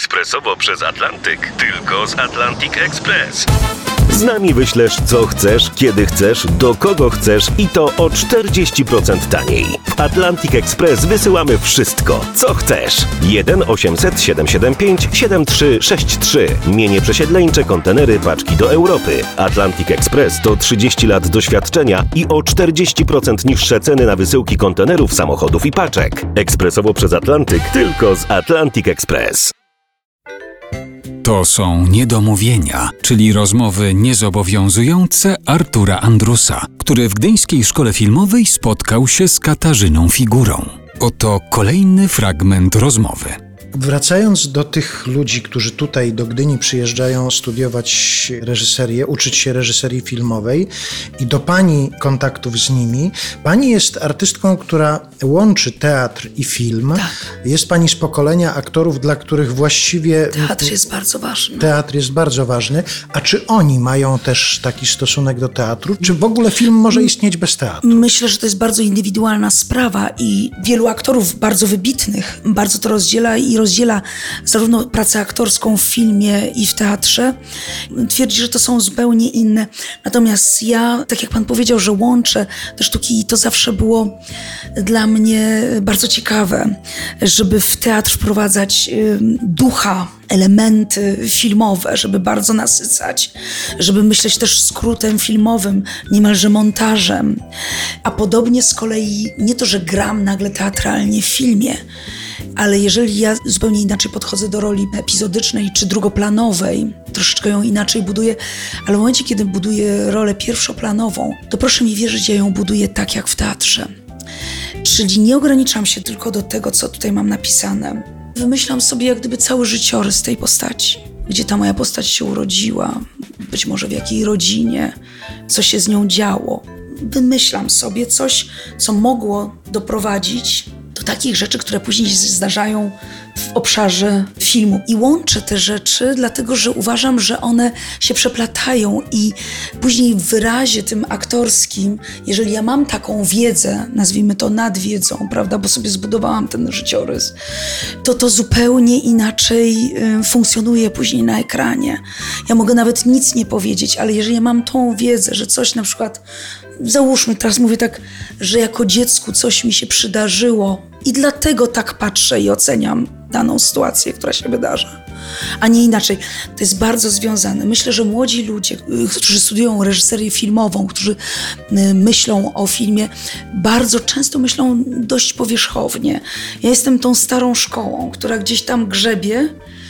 ekspresowo przez Atlantyk. Tylko z Atlantic Express. Z nami wyślesz co chcesz, kiedy chcesz, do kogo chcesz i to o 40% taniej. W Atlantic Express wysyłamy wszystko, co chcesz. 1 800 775 7363. Mienie przesiedleńcze, kontenery, paczki do Europy. Atlantic Express to 30 lat doświadczenia i o 40% niższe ceny na wysyłki kontenerów, samochodów i paczek. Ekspresowo przez Atlantyk, tylko z Atlantic Express. To są niedomówienia, czyli rozmowy niezobowiązujące Artura Andrusa, który w Gdyńskiej Szkole Filmowej spotkał się z Katarzyną Figurą. Oto kolejny fragment rozmowy. Wracając do tych ludzi, którzy tutaj do Gdyni przyjeżdżają studiować reżyserię, uczyć się reżyserii filmowej i do pani kontaktów z nimi, pani jest artystką, która łączy teatr i film. Tak. Jest pani z pokolenia aktorów, dla których właściwie Teatr jest bardzo ważny. teatr jest bardzo ważny. A czy oni mają też taki stosunek do teatru? Czy w ogóle film może istnieć bez teatru? Myślę, że to jest bardzo indywidualna sprawa i wielu aktorów bardzo wybitnych bardzo to rozdziela zarówno pracę aktorską w filmie i w teatrze. Twierdzi, że to są zupełnie inne. Natomiast ja, tak jak pan powiedział, że łączę te sztuki i to zawsze było dla mnie bardzo ciekawe, żeby w teatr wprowadzać ducha, elementy filmowe, żeby bardzo nasycać, żeby myśleć też skrótem filmowym, niemalże montażem. A podobnie z kolei nie to, że gram nagle teatralnie w filmie, ale jeżeli ja zupełnie inaczej podchodzę do roli epizodycznej czy drugoplanowej, troszeczkę ją inaczej buduję, ale w momencie, kiedy buduję rolę pierwszoplanową, to proszę mi wierzyć, ja ją buduję tak jak w teatrze. Czyli nie ograniczam się tylko do tego, co tutaj mam napisane. Wymyślam sobie jak gdyby cały życiorys tej postaci. Gdzie ta moja postać się urodziła, być może w jakiej rodzinie, co się z nią działo. Wymyślam sobie coś, co mogło doprowadzić do takich rzeczy, które później się zdarzają w obszarze filmu. I łączę te rzeczy, dlatego że uważam, że one się przeplatają i później w wyrazie tym aktorskim, jeżeli ja mam taką wiedzę, nazwijmy to nadwiedzą, prawda, bo sobie zbudowałam ten życiorys, to zupełnie inaczej funkcjonuje później na ekranie. Ja mogę nawet nic nie powiedzieć, ale jeżeli ja mam tą wiedzę, że coś na przykład, załóżmy, teraz mówię tak, że jako dziecku coś mi się przydarzyło i dlatego tak patrzę i oceniam daną sytuację, która się wydarza, a nie inaczej. To jest bardzo związane. Myślę, że młodzi ludzie, którzy studiują reżyserię filmową, którzy myślą o filmie, bardzo często myślą dość powierzchownie. Ja jestem tą starą szkołą, która gdzieś tam grzebie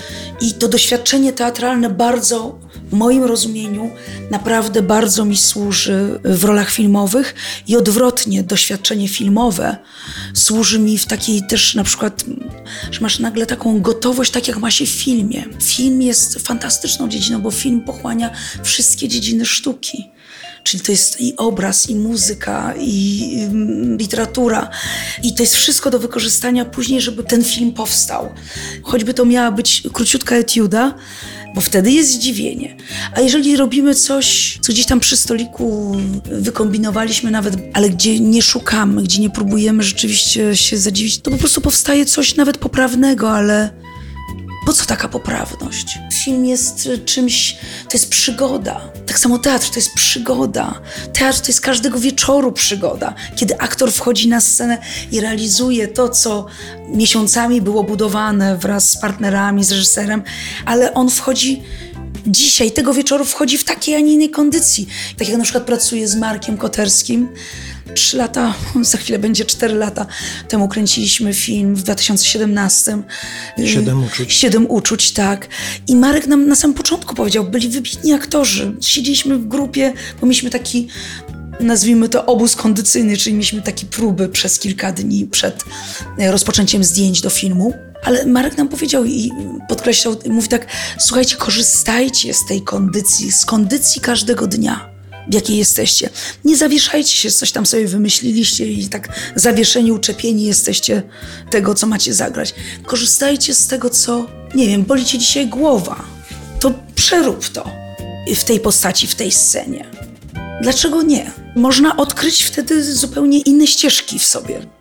i to doświadczenie teatralne bardzo, w moim rozumieniu, naprawdę bardzo mi służy w rolach filmowych i odwrotnie, doświadczenie filmowe służy mi w takiej też na przykład, że masz nagle taką gotowość, tak jak ma się w filmie. Film jest fantastyczną dziedziną, bo film pochłania wszystkie dziedziny sztuki. Czyli to jest i obraz, i muzyka, i literatura. I to jest wszystko do wykorzystania później, żeby ten film powstał. Choćby to miała być króciutka etiuda, bo wtedy jest zdziwienie. A jeżeli robimy coś, co gdzieś tam przy stoliku wykombinowaliśmy nawet, ale gdzie nie szukamy, gdzie nie próbujemy rzeczywiście się zadziwić, to po prostu powstaje coś nawet poprawnego, ale po co taka poprawność? Film jest czymś, to jest przygoda. Tak samo teatr to jest przygoda. Teatr to jest każdego wieczoru przygoda. Kiedy aktor wchodzi na scenę i realizuje to, co miesiącami było budowane wraz z partnerami, z reżyserem, ale on wchodzi dzisiaj, tego wieczoru wchodzi w takiej, a nie innej kondycji. Tak jak na przykład pracuję z Markiem Koterskim. 3 lata, za chwilę będzie 4 lata temu kręciliśmy film w 2017. 7 uczuć, tak. I Marek nam na samym początku powiedział, byli wybitni aktorzy. Siedzieliśmy w grupie, bo mieliśmy taki, nazwijmy to, obóz kondycyjny, czyli mieliśmy takie próby przez kilka dni przed rozpoczęciem zdjęć do filmu. Ale Marek nam powiedział i podkreślał, mówi tak, słuchajcie, korzystajcie z tej kondycji, z kondycji każdego dnia, w jakiej jesteście. Nie zawieszajcie się, coś tam sobie wymyśliliście i tak zawieszeni, uczepieni jesteście tego, co macie zagrać. Korzystajcie z tego, co, nie wiem, boli cię dzisiaj głowa. To przerób to w tej postaci, w tej scenie. Dlaczego nie? Można odkryć wtedy zupełnie inne ścieżki w sobie.